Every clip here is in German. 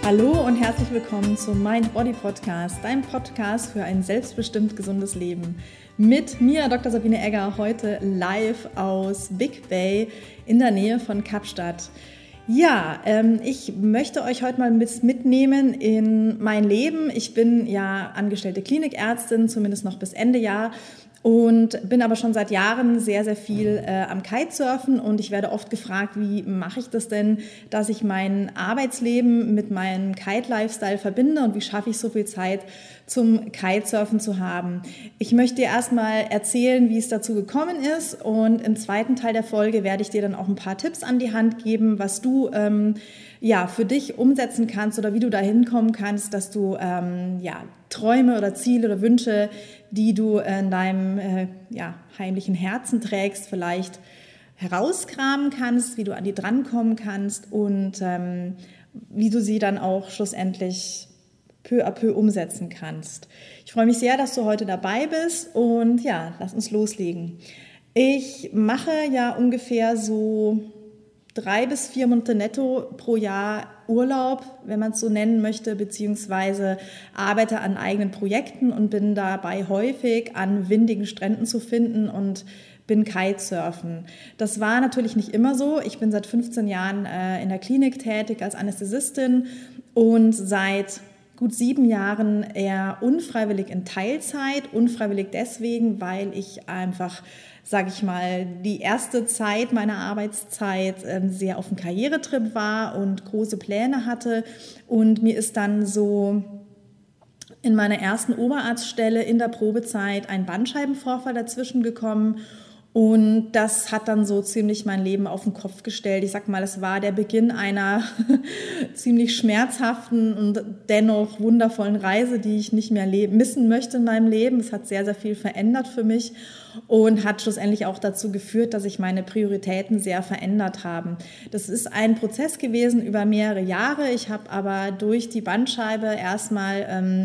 Hallo und herzlich willkommen zum Mind Body Podcast, deinem Podcast für ein selbstbestimmt gesundes Leben. Mit mir, Dr. Sabine Egger, heute live aus Big Bay in der Nähe von Kapstadt. Ja, ich möchte euch heute mal mitnehmen in mein Leben. Ich bin ja angestellte Klinikärztin, zumindest noch bis Ende Jahr. Und bin aber schon seit Jahren sehr, sehr viel am Kitesurfen und ich werde oft gefragt, wie mache ich das denn, dass ich mein Arbeitsleben mit meinem Kite-Lifestyle verbinde und wie schaffe ich so viel Zeit zum Kitesurfen zu haben. Ich möchte dir erstmal erzählen, wie es dazu gekommen ist und im zweiten Teil der Folge werde ich dir dann auch ein paar Tipps an die Hand geben, was du für dich umsetzen kannst oder wie du da hinkommen kannst, dass du Träume oder Ziele oder Wünsche, die du in deinem heimlichen Herzen trägst, vielleicht herauskramen kannst, wie du an die drankommen kannst und wie du sie dann auch schlussendlich peu à peu umsetzen kannst. Ich freue mich sehr, dass du heute dabei bist und ja, lass uns loslegen. Ich mache ja ungefähr so 3 bis 4 Monate netto pro Jahr Urlaub, wenn man es so nennen möchte, beziehungsweise arbeite an eigenen Projekten und bin dabei häufig an windigen Stränden zu finden und bin Kitesurfen. Das war natürlich nicht immer so. Ich bin seit 15 Jahren in der Klinik tätig als Anästhesistin und seit gut 7 Jahren eher unfreiwillig in Teilzeit. Unfreiwillig deswegen, weil ich einfach, sage ich mal, die erste Zeit meiner Arbeitszeit sehr auf dem Karrieretrip war und große Pläne hatte. Und mir ist dann so in meiner ersten Oberarztstelle in der Probezeit ein Bandscheibenvorfall dazwischen gekommen. Und das hat dann so ziemlich mein Leben auf den Kopf gestellt. Ich sag mal, es war der Beginn einer ziemlich schmerzhaften und dennoch wundervollen Reise, die ich nicht mehr missen möchte in meinem Leben. Es hat sehr, sehr viel verändert für mich und hat schlussendlich auch dazu geführt, dass sich meine Prioritäten sehr verändert haben. Das ist ein Prozess gewesen über mehrere Jahre. Ich habe aber durch die Bandscheibe erstmal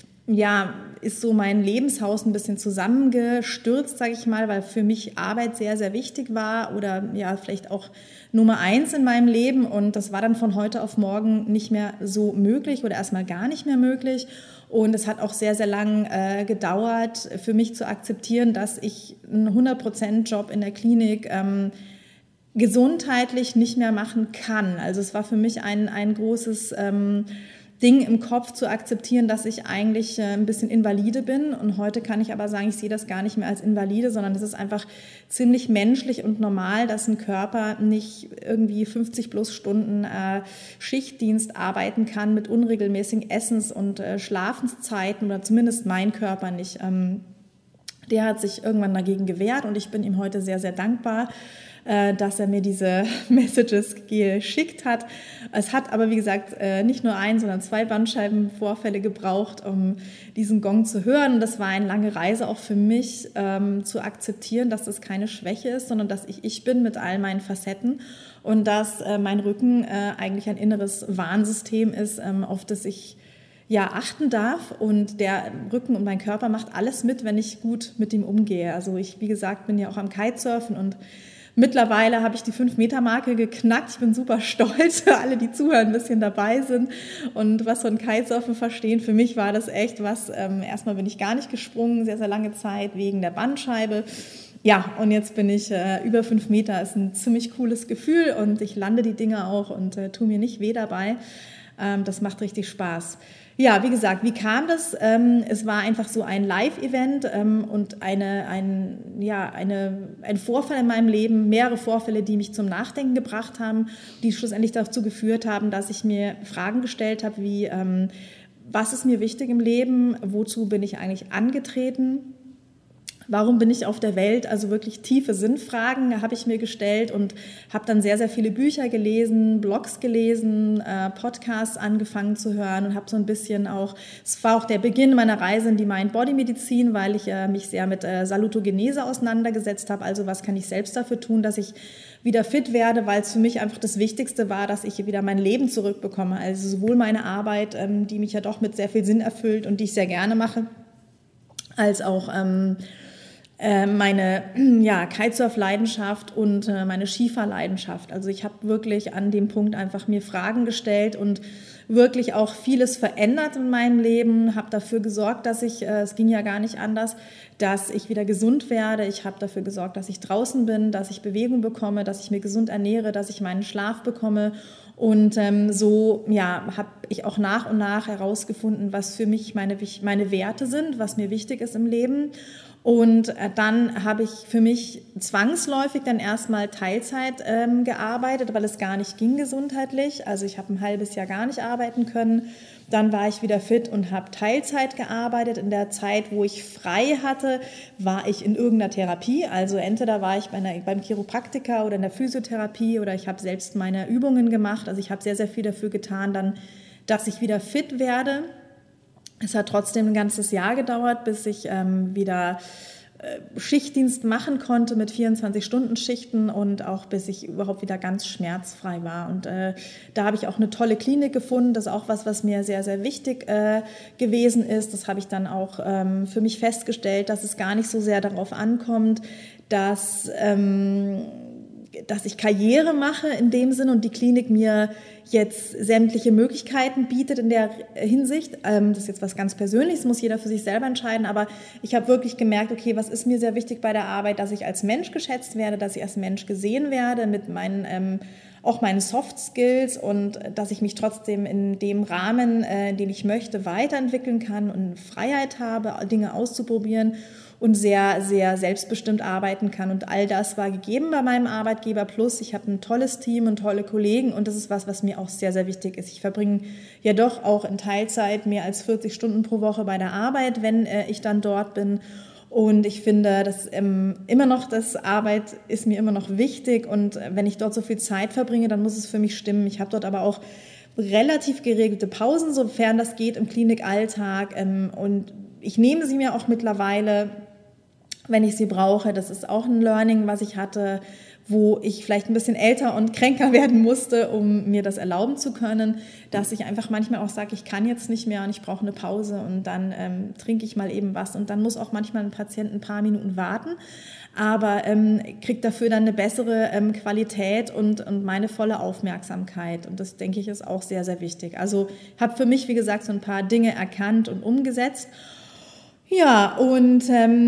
ist so mein Lebenshaus ein bisschen zusammengestürzt, sage ich mal, weil für mich Arbeit sehr, sehr wichtig war oder ja vielleicht auch Nummer 1 in meinem Leben und das war dann von heute auf morgen nicht mehr so möglich oder erstmal gar nicht mehr möglich und es hat auch sehr, sehr lang gedauert für mich zu akzeptieren, dass ich einen 100% Job in der Klinik gesundheitlich nicht mehr machen kann. Also es war für mich ein großes Ding im Kopf zu akzeptieren, dass ich eigentlich ein bisschen invalide bin. Und heute kann ich aber sagen, ich sehe das gar nicht mehr als invalide, sondern es ist einfach ziemlich menschlich und normal, dass ein Körper nicht irgendwie 50 plus Stunden Schichtdienst arbeiten kann mit unregelmäßigen Essens- und Schlafenszeiten oder zumindest mein Körper nicht. Der hat sich irgendwann dagegen gewehrt und ich bin ihm heute sehr, sehr dankbar, dass er mir diese Messages geschickt hat. Es hat aber, wie gesagt, nicht nur 1, sondern 2 Bandscheibenvorfälle gebraucht, um diesen Gong zu hören. Und das war eine lange Reise auch für mich, zu akzeptieren, dass das keine Schwäche ist, sondern dass ich bin mit all meinen Facetten und dass mein Rücken eigentlich ein inneres Warnsystem ist, auf das ich achten darf und der Rücken und mein Körper macht alles mit, wenn ich gut mit ihm umgehe. Also ich, wie gesagt, bin ja auch am Kitesurfen und mittlerweile habe ich die 5-Meter-Marke geknackt. Ich bin super stolz für alle, die zuhören, ein bisschen dabei sind und was von Kitesurfen verstehen. Für mich war das echt was. Erstmal bin ich gar nicht gesprungen, sehr, sehr lange Zeit wegen der Bandscheibe. Ja, und jetzt bin ich über 5 Meter. Ist ein ziemlich cooles Gefühl und ich lande die Dinger auch und tue mir nicht weh dabei. Das macht richtig Spaß. Ja, wie gesagt, wie kam das? Es war einfach so ein Live-Event und ein Vorfall in meinem Leben, mehrere Vorfälle, die mich zum Nachdenken gebracht haben, die schlussendlich dazu geführt haben, dass ich mir Fragen gestellt habe, wie, was ist mir wichtig im Leben, wozu bin ich eigentlich angetreten? Warum bin ich auf der Welt? Also wirklich tiefe Sinnfragen habe ich mir gestellt und habe dann sehr, sehr viele Bücher gelesen, Blogs gelesen, Podcasts angefangen zu hören und habe so ein bisschen auch, es war auch der Beginn meiner Reise in die Mind-Body-Medizin, weil ich mich sehr mit Salutogenese auseinandergesetzt habe. Also was kann ich selbst dafür tun, dass ich wieder fit werde, weil es für mich einfach das Wichtigste war, dass ich wieder mein Leben zurückbekomme. Also sowohl meine Arbeit, die mich ja doch mit sehr viel Sinn erfüllt und die ich sehr gerne mache, als auch meine Kitesurf-Leidenschaft und meine Skifahr-Leidenschaft. Also ich habe wirklich an dem Punkt einfach mir Fragen gestellt und wirklich auch vieles verändert in meinem Leben, habe dafür gesorgt, dass es ging ja gar nicht anders, dass ich wieder gesund werde. Ich habe dafür gesorgt, dass ich draußen bin, dass ich Bewegung bekomme, dass ich mir gesund ernähre, dass ich meinen Schlaf bekomme. Und so habe ich auch nach und nach herausgefunden, was für mich meine Werte sind, was mir wichtig ist im Leben. Und dann habe ich für mich zwangsläufig dann erstmal Teilzeit gearbeitet, weil es gar nicht ging gesundheitlich. Also ich habe ein halbes Jahr gar nicht arbeiten können. Dann war ich wieder fit und habe Teilzeit gearbeitet. In der Zeit, wo ich frei hatte, war ich in irgendeiner Therapie. Also entweder war ich beim Chiropraktiker oder in der Physiotherapie oder ich habe selbst meine Übungen gemacht. Also ich habe sehr, sehr viel dafür getan, dann, dass ich wieder fit werde. Es hat trotzdem ein ganzes Jahr gedauert, bis ich wieder Schichtdienst machen konnte mit 24-Stunden-Schichten und auch bis ich überhaupt wieder ganz schmerzfrei war. Und da habe ich auch eine tolle Klinik gefunden. Das ist auch was mir sehr, sehr wichtig gewesen ist. Das habe ich dann auch für mich festgestellt, dass es gar nicht so sehr darauf ankommt, dass ich Karriere mache in dem Sinn und die Klinik mir jetzt sämtliche Möglichkeiten bietet in der Hinsicht. Das ist jetzt was ganz Persönliches, muss jeder für sich selber entscheiden, aber ich habe wirklich gemerkt, okay, was ist mir sehr wichtig bei der Arbeit, dass ich als Mensch geschätzt werde, dass ich als Mensch gesehen werde mit auch meinen Soft Skills und dass ich mich trotzdem in dem Rahmen, den ich möchte, weiterentwickeln kann und Freiheit habe, Dinge auszuprobieren und sehr, sehr selbstbestimmt arbeiten kann. Und all das war gegeben bei meinem Arbeitgeber. Plus, ich habe ein tolles Team und tolle Kollegen und das ist was mir auch sehr, sehr wichtig ist. Ich verbringe ja doch auch in Teilzeit mehr als 40 Stunden pro Woche bei der Arbeit, wenn ich dann dort bin. Und ich finde, dass das Arbeit ist mir immer noch wichtig und wenn ich dort so viel Zeit verbringe, dann muss es für mich stimmen. Ich habe dort aber auch relativ geregelte Pausen, sofern das geht im Klinikalltag und ich nehme sie mir auch mittlerweile, wenn ich sie brauche. Das ist auch ein Learning, was ich hatte, wo ich vielleicht ein bisschen älter und kränker werden musste, um mir das erlauben zu können, dass ich einfach manchmal auch sage, ich kann jetzt nicht mehr und ich brauche eine Pause und dann trinke ich mal eben was und dann muss auch manchmal ein Patient ein paar Minuten warten, aber kriegt dafür dann eine bessere Qualität und meine volle Aufmerksamkeit und das, denke ich, ist auch sehr, sehr wichtig. Also habe für mich, wie gesagt, so ein paar Dinge erkannt und umgesetzt. Ja, und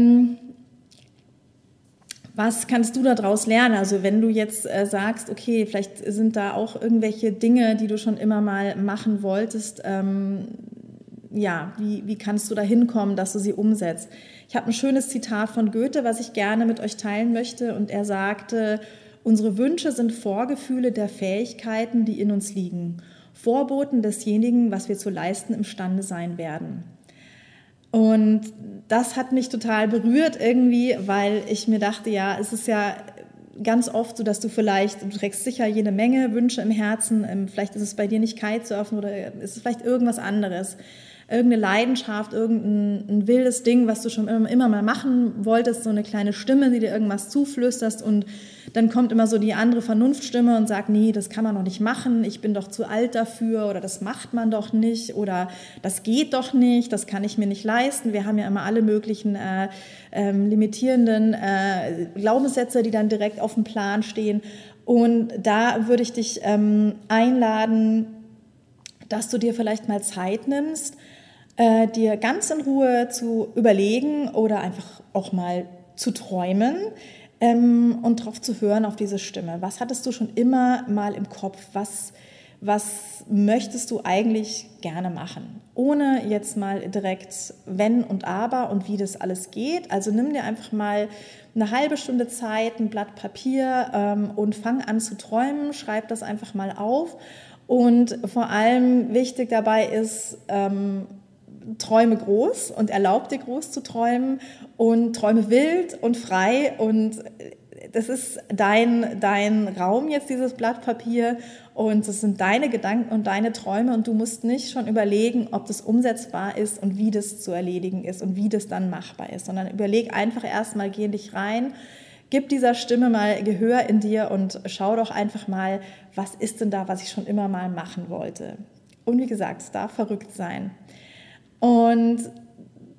was kannst du daraus lernen? Also wenn du jetzt sagst, okay, vielleicht sind da auch irgendwelche Dinge, die du schon immer mal machen wolltest, wie kannst du da hinkommen, dass du sie umsetzt? Ich habe ein schönes Zitat von Goethe, was ich gerne mit euch teilen möchte und er sagte, unsere Wünsche sind Vorgefühle der Fähigkeiten, die in uns liegen, Vorboten desjenigen, was wir zu leisten imstande sein werden. Und das hat mich total berührt irgendwie, weil ich mir dachte, ja, es ist ja ganz oft so, dass du trägst sicher jede Menge Wünsche im Herzen, vielleicht ist es bei dir nicht Kitesurfen oder ist es vielleicht irgendwas anderes, irgendeine Leidenschaft, irgendein wildes Ding, was du schon immer mal machen wolltest, so eine kleine Stimme, die dir irgendwas zuflüsterst und dann kommt immer so die andere Vernunftstimme und sagt, nee, das kann man doch nicht machen, ich bin doch zu alt dafür oder das macht man doch nicht oder das geht doch nicht, das kann ich mir nicht leisten. Wir haben ja immer alle möglichen limitierenden Glaubenssätze, die dann direkt auf dem Plan stehen und da würde ich dich einladen, dass du dir vielleicht mal Zeit nimmst, dir ganz in Ruhe zu überlegen oder einfach auch mal zu träumen und drauf zu hören auf diese Stimme. Was hattest du schon immer mal im Kopf? Was möchtest du eigentlich gerne machen? Ohne jetzt mal direkt wenn und aber und wie das alles geht. Also nimm dir einfach mal eine halbe Stunde Zeit, ein Blatt Papier und fang an zu träumen. Schreib das einfach mal auf. Und vor allem wichtig dabei ist, träume groß und erlaub dir groß zu träumen und träume wild und frei und das ist dein Raum jetzt, dieses Blatt Papier und das sind deine Gedanken und deine Träume und du musst nicht schon überlegen, ob das umsetzbar ist und wie das zu erledigen ist und wie das dann machbar ist, sondern überleg einfach erstmal, geh in dich rein, gib dieser Stimme mal Gehör in dir und schau doch einfach mal, was ist denn da, was ich schon immer mal machen wollte. Und wie gesagt, es darf verrückt sein. Und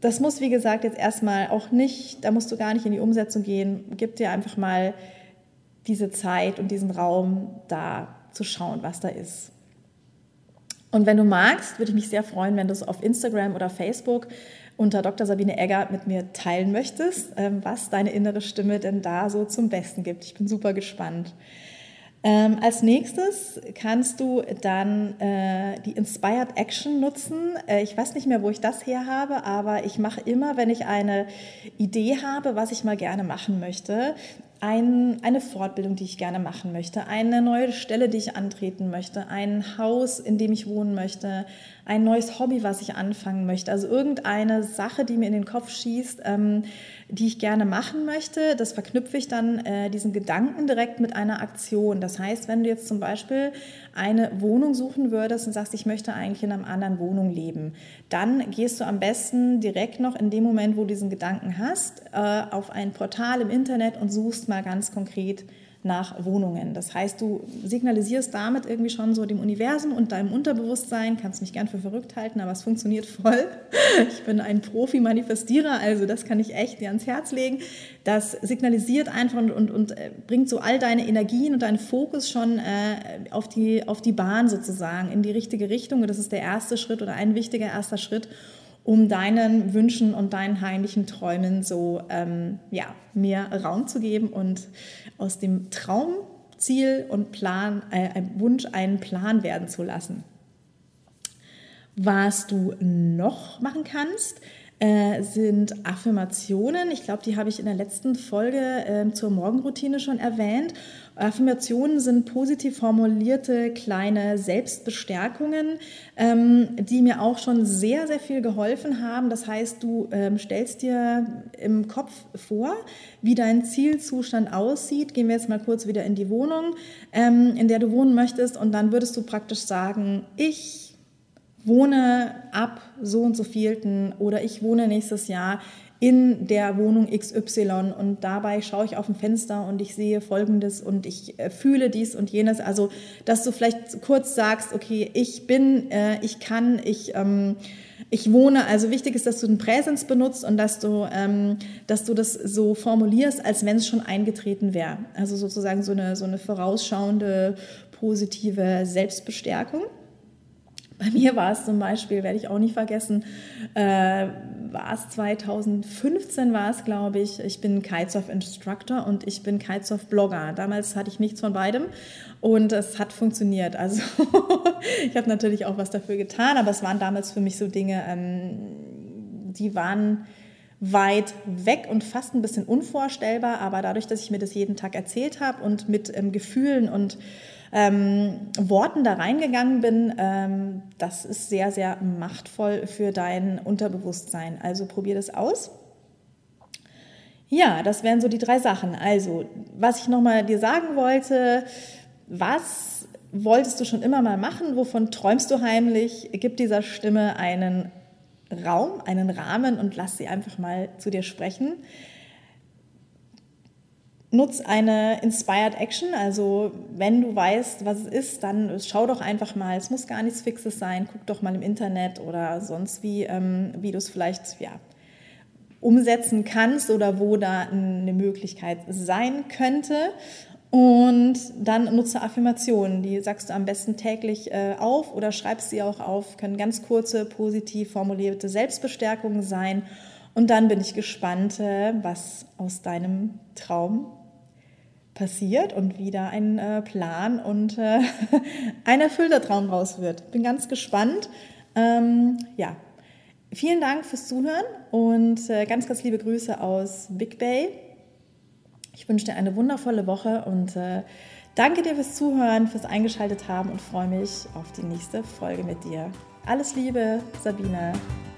das muss, wie gesagt, jetzt erstmal auch nicht, da musst du gar nicht in die Umsetzung gehen. Gib dir einfach mal diese Zeit und diesen Raum, da zu schauen, was da ist. Und wenn du magst, würde ich mich sehr freuen, wenn du es auf Instagram oder Facebook unter Dr. Sabine Egger mit mir teilen möchtest, was deine innere Stimme denn da so zum Besten gibt. Ich bin super gespannt. Als nächstes kannst du dann die Inspired Action nutzen. Ich weiß nicht mehr, wo ich das her habe, aber ich mache immer, wenn ich eine Idee habe, was ich mal gerne machen möchte, eine Fortbildung, die ich gerne machen möchte, eine neue Stelle, die ich antreten möchte, ein Haus, in dem ich wohnen möchte, ein neues Hobby, was ich anfangen möchte. Also irgendeine Sache, die mir in den Kopf schießt, die ich gerne machen möchte. Das verknüpfe ich dann diesen Gedanken direkt mit einer Aktion. Das heißt, wenn du jetzt zum Beispiel eine Wohnung suchen würdest und sagst, ich möchte eigentlich in einer anderen Wohnung leben, dann gehst du am besten direkt noch in dem Moment, wo du diesen Gedanken hast, auf ein Portal im Internet und suchst mal ganz konkret nach Wohnungen. Das heißt, du signalisierst damit irgendwie schon so dem Universum und deinem Unterbewusstsein, kannst mich gern für verrückt halten, aber es funktioniert voll. Ich bin ein Profi-Manifestierer, also das kann ich echt dir ans Herz legen. Das signalisiert einfach und bringt so all deine Energien und deinen Fokus schon auf die Bahn sozusagen, in die richtige Richtung. Und das ist der erste Schritt oder ein wichtiger erster Schritt, um deinen Wünschen und deinen heimlichen Träumen so mehr Raum zu geben und aus dem Traumziel und Plan, Wunsch einen Plan werden zu lassen. Was du noch machen kannst, sind Affirmationen. Ich glaube, die habe ich in der letzten Folge zur Morgenroutine schon erwähnt. Affirmationen sind positiv formulierte kleine Selbstbestärkungen, die mir auch schon sehr, sehr viel geholfen haben. Das heißt, du stellst dir im Kopf vor, wie dein Zielzustand aussieht. Gehen wir jetzt mal kurz wieder in die Wohnung, in der du wohnen möchtest, und dann würdest du praktisch sagen, ich wohne ab so und so vielten oder ich wohne nächstes Jahr in der Wohnung XY und dabei schaue ich auf ein Fenster und ich sehe Folgendes und ich fühle dies und jenes. Also, dass du vielleicht kurz sagst, okay, ich bin, ich kann, ich wohne. Also wichtig ist, dass du den Präsens benutzt und dass du das so formulierst, als wenn es schon eingetreten wäre. Also sozusagen so eine vorausschauende, positive Selbstbestärkung. Bei mir war es zum Beispiel, werde ich auch nicht vergessen, war es 2015 war es, glaube ich. Ich bin Kitesurf-Instructor und ich bin Kitesurf-Blogger. Damals hatte ich nichts von beidem und es hat funktioniert. Also ich habe natürlich auch was dafür getan, aber es waren damals für mich so Dinge, die waren weit weg und fast ein bisschen unvorstellbar. Aber dadurch, dass ich mir das jeden Tag erzählt habe und mit Gefühlen und Worten da reingegangen bin, das ist sehr, sehr machtvoll für dein Unterbewusstsein. Also probier das aus. Ja, das wären so die 3 Sachen. Also, was ich nochmal dir sagen wollte, was wolltest du schon immer mal machen? Wovon träumst du heimlich? Gib dieser Stimme einen Raum, einen Rahmen und lass sie einfach mal zu dir sprechen. Nutz eine Inspired Action, also wenn du weißt, was es ist, dann schau doch einfach mal, es muss gar nichts Fixes sein, guck doch mal im Internet oder sonst wie du es vielleicht umsetzen kannst oder wo da eine Möglichkeit sein könnte. Und dann nutze Affirmationen, die sagst du am besten täglich auf oder schreibst sie auch auf, können ganz kurze, positiv formulierte Selbstbestärkungen sein. Und dann bin ich gespannt, was aus deinem Traum passiert und wieder ein Plan und ein erfüllter Traum raus wird. Bin ganz gespannt. Vielen Dank fürs Zuhören und ganz, ganz liebe Grüße aus Big Bay. Ich wünsche dir eine wundervolle Woche und danke dir fürs Zuhören, fürs Eingeschaltet haben und freue mich auf die nächste Folge mit dir. Alles Liebe, Sabine.